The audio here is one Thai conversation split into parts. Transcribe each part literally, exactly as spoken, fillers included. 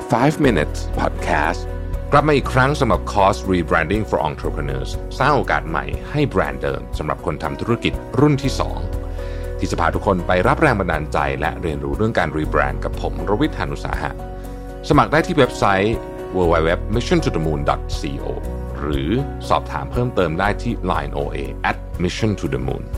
five minutes podcast กลับมาอีกครั้งสำหรับคอร์ส Rebranding for Entrepreneurs สร้างโอกาสใหม่ให้แบรนด์เดิมสำหรับคนทำธุรกิจรุ่นที่สองที่จะพาทุกคนไปรับแรงบันดาลใจและเรียนรู้เรื่องการรีแบรนด์กับผมรวิทย์ หาญอุตสาหะสมัครได้ที่เว็บไซต์ ดับเบิลยู ดับเบิลยู ดับเบิลยู ดอท มิชชั่น ทู เดอะ มูน ดอท ซี โอ หรือสอบถามเพิ่มเติมได้ที่ ไลน์ โอ เอ แอท มิชชั่น ทู เดอะ มูน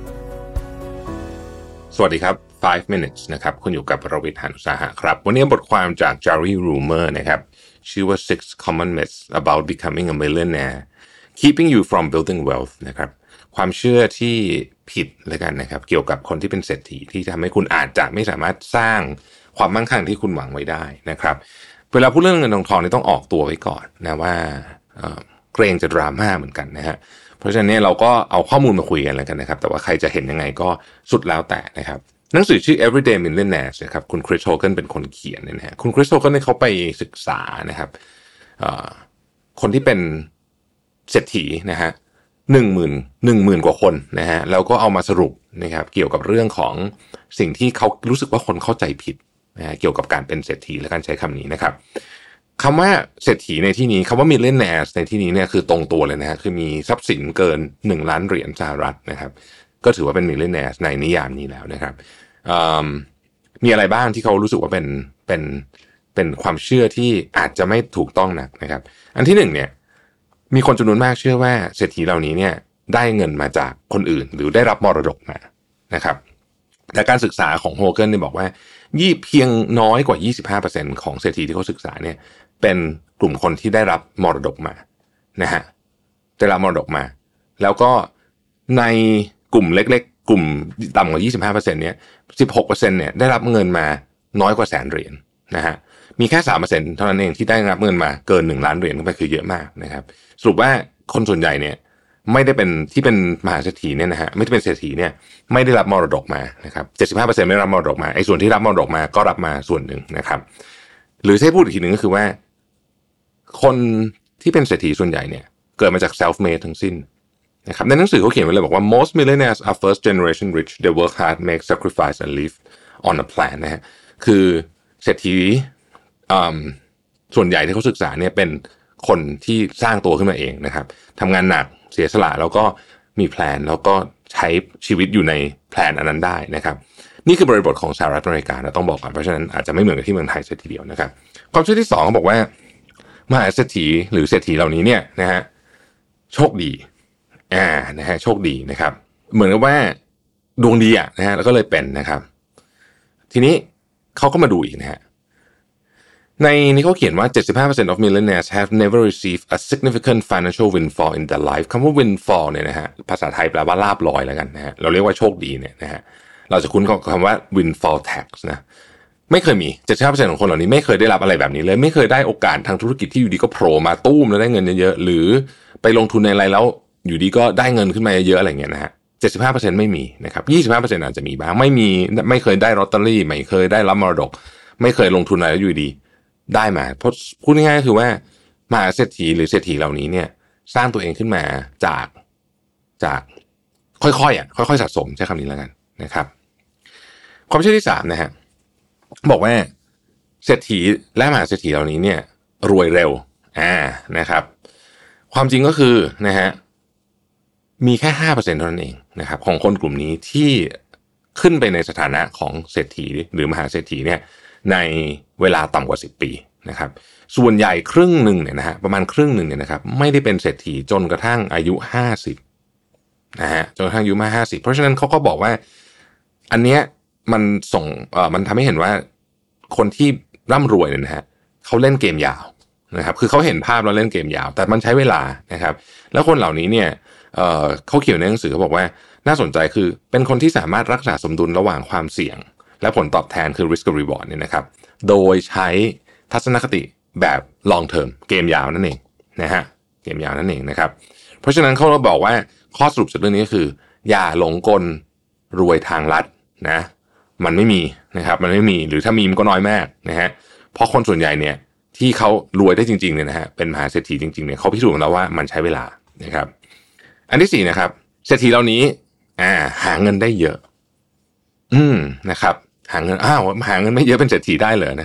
สวัสดีครับfive minutes นะครับคุณอยู่กับรวิทย์ หาญอุตสาหะครับวันนี้บทความจาก Jerry Rumor นะครับชื่อว่า six common myths about becoming a millionaire keeping you from building wealth นะครับความเชื่อที่ผิดแล้วกันนะครับเกี่ยวกับคนที่เป็นเศรษฐีที่ทำให้คุณอาจจะไม่สามารถสร้างความมั่งคั่งที่คุณหวังไว้ได้นะครับเวลาพูดเรื่องเงินทองนี่ต้องออกตัวไว้ก่อนนะว่า เอ่อ เกรงจะดราม่าเหมือนกันนะฮะเพราะฉะนั้นเราก็เอาข้อมูลมาคุยกันแล้วกันนะครับแต่ว่าใครจะเห็นยังไงก็สุดแล้วแต่นะครับหนังสือชื่อ Everyday Millionaires นะครับคุณคริส โฮเกนเป็นคนเขียนนะฮะคุณคริส โฮเกนเนี่ยเขาไปศึกษานะครับคนที่เป็นเศรษฐีนะฮะหนึ่งหมื่นหนึ่งหมื่นกว่าคนนะฮะแล้วก็เอามาสรุปนะครับเกี่ยวกับเรื่องของสิ่งที่เขารู้สึกว่าคนเข้าใจผิดนะฮะเกี่ยวกับการเป็นเศรษฐีและการใช้คำนี้นะครับคำว่าเศรษฐีในที่นี้คำว่า millionaires ในที่นี้เนี่ยคือตรงตัวเลยนะฮะคือมีทรัพย์สินเกินหนึ่งล้านเหรียญสหรัฐนะครับก็ถือว่าเป็น millionaires ในนิยามนี้แล้วนะครับมีอะไรบ้างที่เขารู้สึกว่าเป็นเป็นเป็นความเชื่อที่อาจจะไม่ถูกต้องนักนะครับอันที่หนึ่งเนี่ยมีคนจำนวนมากเชื่อว่าเศรษฐีเหล่านี้เนี่ยได้เงินมาจากคนอื่นหรือได้รับมรดกมานะครับแต่การศึกษาของโฮเกนเนี่ยบอกว่ายี่เพียงน้อยกว่า ยี่สิบห้าเปอร์เซ็นต์ ของเศรษฐีที่เขาศึกษาเนี่ยเป็นกลุ่มคนที่ได้รับมรดกมานะฮะได้รับมรดกมาแล้วก็ในกลุ่มเล็กๆกลุ่มต่ำกว่า ยี่สิบห้าเปอร์เซ็นต์ เนี่ย สิบหกเปอร์เซ็นต์ เนี่ยได้รับเงินมาน้อยกว่าแสนเหรียญนะฮะมีแค่ สามเปอร์เซ็นต์ เท่านั้นเองที่ได้รับเงินมาเกินหนึ่งล้านเหรียญก็คือเยอะมากนะครับสรุปว่าคนส่วนใหญ่เนี่ยไม่ได้เป็นที่เป็นมหาเศรษฐีเนี่ยนะฮะไม่ได้เป็นเศรษฐีเนี่ยไม่ได้รับมรดกมานะครับ เจ็ดสิบห้าเปอร์เซ็นต์ ไม่ได้รับมรดกมาไอ้ส่วนที่รับมรดกมาก็รับมาส่วนหนึ่งนะครับหรือให้พูดอีกทีนึงก็คือว่าคนที่เป็นเศรษฐีส่วนใหญ่เนี่ยเกิดมาจาก self made ทั้งสิ้นนะครับในหนังสือเขาเขียนไว้เลยบอกว่า most millionaires are first generation rich they work hard make sacrifice and live on a plan นะฮะคือเศรษฐีส่วนใหญ่ที่เขาศึกษาเนี่ยเป็นคนที่สร้างตัวขึ้นมาเองนะครับทำงานหนักเสียสละแล้วก็มีแพลนแล้วก็ใช้ชีวิตอยู่ในแพลนอันนั้นได้นะครับนี่คือบริบทของสหรัฐอเมริกานะต้องบอกก่อนเพราะฉะนั้นอาจจะไม่เหมือนกับที่เมืองไทยเสียทีเดียวนะครับความเชื่อที่สองเขาบอกว่ามหาเศรษฐีหรือเศรษฐีเหล่านี้เนี่ยนะฮะโชคดีอ่านะฮะโชคดีนะครับเหมือนกับว่าดวงดีอ่ะนะฮะแล้วก็เลยเป็นนะครับทีนี้เขาก็มาดูอีกนะฮะในนี้เขาเขียนว่า seventy-five percent of millionaires have never received a significant financial windfall in their life คำว่า windfall เนี่ยนะฮะภาษาไทยแปลว่าลาภลอยแล้วกันนะฮะเราเรียกว่าโชคดีเนี่ยนะฮะเราจะคุ้นกับคำว่า windfall tax นะไม่เคยมี seventy-five percent ของคนเหล่านี้ไม่เคยได้รับอะไรแบบนี้เลยไม่เคยได้โอกาสทางธุรกิจที่อยู่ดีก็โผล่มาตุ้มแล้วได้เงินเยอะๆหรือไปลงทุนในอะไรแล้วอยู่ดีก็ได้เงินขึ้นมาเยอะๆอะไรเงี้ยนะฮะ seventy-five percent ไม่มีนะครับ ยี่สิบห้าเปอร์เซ็นต์ อาจจะมีบ้างไม่มีไม่เคยได้ลอตเตอรี่ไม่เคยได้รับมรดกไม่เคยลงทุนอะไรแล้วอยู่ดีได้มาเพราะพูดง่ายๆก็คือว่ามหาเศรษฐีหรือเศรษฐีเหล่านี้เนี่ยสร้างตัวเองขึ้นมาจากจากค่อยๆอ่ะค่อยๆสะสมใช้คำนี้แล้วกันนะครับความเชื่อที่สามนะฮะบอกว่าเศรษฐีและมหาเศรษฐีเหล่านี้เนี่ยรวยเร็วอ่านะครับความจริงก็คือนะฮะมีแค่ ห้าเปอร์เซ็นต์ เท่านั้นเองนะครับของคนกลุ่มนี้ที่ขึ้นไปในสถานะของเศรษฐีหรือมหาเศรษฐีเนี่ยในเวลาต่ำกว่าสิบปีนะครับส่วนใหญ่ครึ่งหนึ่งเนี่ยนะฮะประมาณครึ่งหนึ่งเนี่ยนะครับไม่ได้เป็นเศรษฐีจนกระทั่งอายุห้าสิบนะฮะจนกระทั่งอายุมาห้าสิบเพราะฉะนั้นเขาก็บอกว่าอันเนี้ยมันส่งเอ่อมันทำให้เห็นว่าคนที่ร่ำรวยเนี่ยนะฮะเขาเล่นเกมยาวนะครับคือเขาเห็นภาพแล้วเล่นเกมยาวแต่มันใช้เวลานะครับแล้วคนเหล่านี้เนี่ยเอ่อเขาเขียนในหนังสือเขาบอกว่าน่าสนใจคือเป็นคนที่สามารถรักษาสมดุลระหว่างความเสี่ยงและผลตอบแทนคือ risk reward เนี่ยนะครับโดยใช้ทัศนคติแบบ long term เกมยาวนั่นเองนะฮะเกมยาวนั่นเองนะครับเพราะฉะนั้นเขาเราบอกว่าข้อสรุปจากเรื่องนี้ก็คืออย่าหลงกลรวยทางลัดนะมันไม่มีนะครับมันไม่มีหรือถ้ามีมันก็น้อยมากนะฮะเพราะคนส่วนใหญ่เนี่ยที่เขารวยได้จริงๆเนี่ยนะฮะเป็นมหาเศรษฐีจริงๆเนี่ยเขาพิสูจน์แล้วว่ามันใช้เวลานะครับอันที่สี่นะครับเศรษฐีเหล่านี้อ่าหาเงินได้เยอะอืมนะครับหาเงินอ้าวหาเงินไม่เยอะเป็นเศรษฐีได้เลยนะครับ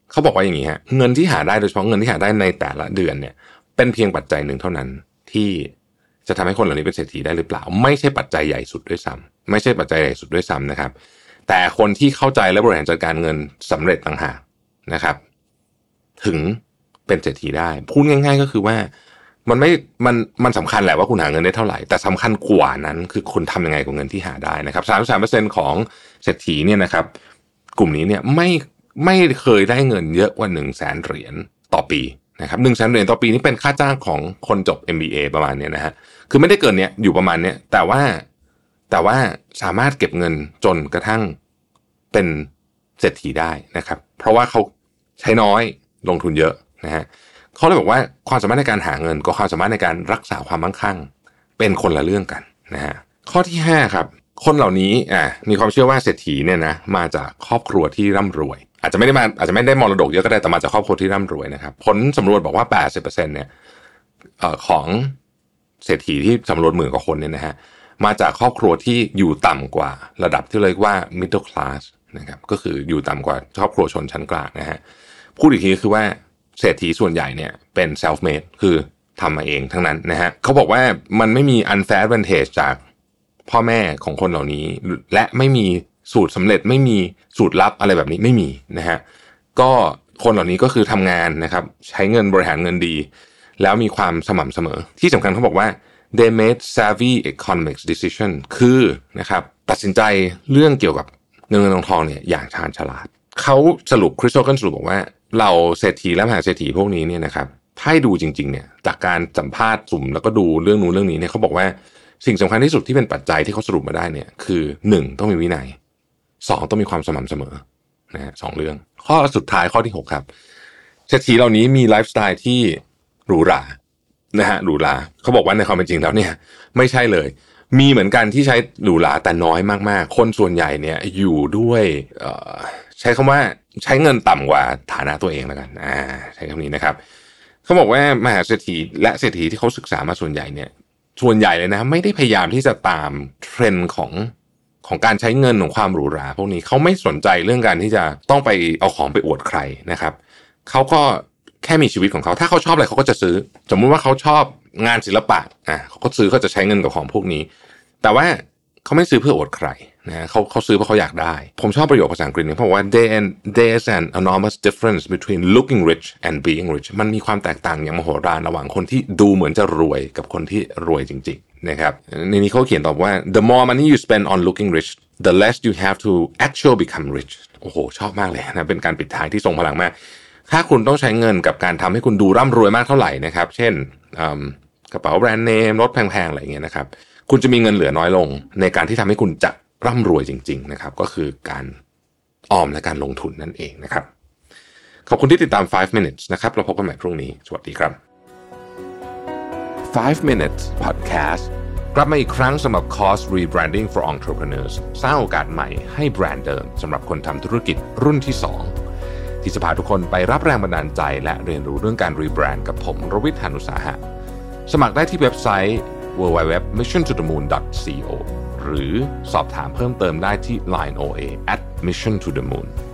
เขาบอกว่าอย่างนี้ฮะเงินที่หาได้โดยเฉพาะเงินที่หาได้ในแต่ละเดือนเนี่ยเป็นเพียงปัจจัยหนึ่งเท่านั้นที่จะทำให้คนเหล่านี้เป็นเศรษฐีได้หรือเปล่าไม่ใช่ปัจจัยใหญ่สุดด้วยซ้ำไม่ใช่ปัจจัยใหญ่สุดด้วยซ้ำนะครับแต่คนที่เข้าใจและบริหารจัดการเงินสำเร็จต่างหากนะครับถึงเป็นเศรษฐีได้พูดง่ายๆก็คือว่ามันไม่มันมันสำคัญแหละว่าคุณหาเงินได้เท่าไหร่แต่สำคัญกว่านั้นคือคุณทำยังไงกับเงินที่หาได้นะครับ สามสิบสามเปอร์เซ็นต์ ของเศรษฐีเนี่ยนะครับกลุ่มนี้เนี่ยไม่ไม่เคยได้เงินเยอะกว่า หนึ่งแสน เหรียญต่อปีนะครับ หนึ่งแสน เหรียญต่อปีนี่เป็นค่าจ้างของคนจบ เอ็ม บี เอ ประมาณเนี้ยนะฮะคือไม่ได้เกินเนี้ยอยู่ประมาณเนี้ยแต่ว่าแต่ว่าสามารถเก็บเงินจนกระทั่งเป็นเศรษฐีได้นะครับเพราะว่าเขาใช้น้อยลงทุนเยอะนะฮะเขาเลยบอกว่าความสามารถในการหาเงินกับความสามารถในการรักษาความมั่งคั่งเป็นคนละเรื่องกันนะฮะข้อที่ห้าครับคนเหล่านี้อ่ะมีความเชื่อว่าเศรษฐีเนี่ยนะมาจากครอบครัวที่ร่ำรวยอาจจะไม่ได้มาอาจจะไม่ได้มรดกเยอะก็ได้แต่มาจากครอบครัวที่ร่ำรวยนะครับผลสำรวจบอกว่า แปดสิบเปอร์เซ็นต์ เนี่ยเอ่อของเศรษฐีที่สำรวจหมื่นกว่าคนเนี่ยนะฮะมาจากครอบครัวที่อยู่ต่ำกว่าระดับที่เรียกว่า middle class นะครับก็คืออยู่ต่ำกว่าครอบครัวชนชั้นกลางนะฮะพูดอีกทีก็คือว่าเศรษฐีส่วนใหญ่เนี่ยเป็น self made คือทำมาเองทั้งนั้นนะฮะเขาบอกว่ามันไม่มี unfair advantage จากพ่อแม่ของคนเหล่านี้และไม่มีสูตรสำเร็จไม่มีสูตรลับอะไรแบบนี้ไม่มีนะฮะก็คนเหล่านี้ก็คือทำงานนะครับใช้เงินบริหารเงินดีแล้วมีความสม่ำเสมอที่สำคัญเขาบอกว่า they made savvy economics decision คือนะครับตัดสินใจเรื่องเกี่ยวกับเงินเงินทองทองเนี่ยอย่างชาญฉลาดเขาสรุปคริสโตเฟอร์สรุปบอกว่าเราเศรษฐีและมหาเศรษฐีพวกนี้เนี่ยนะครับถ้าให้ดูจริงๆเนี่ยจากการสัมภาษณ์สุ่มแล้วก็ดูเรื่องนู้นเรื่องนี้เนี่ยเขาบอกว่าสิ่งสำคัญที่สุดที่เป็นปัจจัยที่เขาสรุปมาได้เนี่ยคือหนึ่งต้องมีวินัยสองต้องมีความสม่ำเสมอนะฮะสองเรื่องข้อสุดท้ายข้อที่หกครับเศรษฐีเหล่านี้มีไลฟ์สไตล์ที่หรูหรานะฮะหรูหราเขาบอกว่าในความเป็นจริงแล้วเนี่ยไม่ใช่เลยมีเหมือนกันที่ใช้หรูหราแต่น้อยมากๆคนส่วนใหญ่เนี่ยอยู่ด้วยเอ่อใช้คำว่าใช้เงินต่ำกว่าฐานะตัวเองแล้วกันอ่าใช้คำนี้นะครับเขาบอกว่ามหาเศรษฐีและเศรษฐีที่เขาศึกษามาส่วนใหญ่เนี่ยส่วนใหญ่เลยนะไม่ได้พยายามที่จะตามเทรนด์ของของการใช้เงินของความหรูหราพวกนี้เขาไม่สนใจเรื่องการที่จะต้องไปเอาของไปอวดใครนะครับเขาก็แค่มีชีวิตของเขาถ้าเขาชอบอะไรเขาก็จะซื้อสมมุติว่าเขาชอบงานศิลปะอ่ะเขาก็ซื้อเขาจะใช้เงินกับของพวกนี้แต่ว่าเขาไม่ซื้อเพื่ออวดใครนะเขาเขาซื้อเพราะเขาอยากได้ผมชอบประโยคภาษาอังกฤษนี้เพราะว่า there's an enormous difference between looking rich and being rich มันมีความแตกต่างอย่างมโหฬารระหว่างคนที่ดูเหมือนจะรวยกับคนที่รวยจริงๆนะครับในนี้เขาเขียนตอบว่า the more money you spend on looking rich the less you have to actually become rich โอ้โหชอบมากเลยนะเป็นการปิดท้ายที่ทรงพลังมากถ้าคุณต้องใช้เงินกับการทำให้คุณดูร่ำรวยมากเท่าไหร่นะครับเช่นกระเป๋าแบรนด์เนมรถแพงๆอะไรอย่างเงี้ยนะครับคุณจะมีเงินเหลือน้อยลงในการที่ทำให้คุณจะร่ำรวยจริงๆนะครับก็คือการออมและการลงทุนนั่นเองนะครับขอบคุณที่ติดตามไฟว์ minutes นะครับเราพบกันใหม่พรุ่งนี้สวัสดีครับไฟว์ minutes podcast กลับมาอีกครั้งสำหรับคอร์ส rebranding for entrepreneurs สร้างโอกาสใหม่ให้แบรนด์เดิมสำหรับคนทำธุรกิจรุ่นที่สองที่จะพาทุกคนไปรับแรงบันดาลใจและเรียนรู้เรื่องการรีแบรนด์กับผมรวิทย์ หาญอุตสาหะสมัครได้ที่เว็บไซต์ ดับเบิลยู ดับเบิลยู ดับเบิลยู ดอท มิชชั่น ทู เดอะ มูน ดอท ซี โอ หรือสอบถามเพิ่มเติมได้ที่ ไลน์ โอ เอ แอท มิชชั่น ทู เดอะ มูน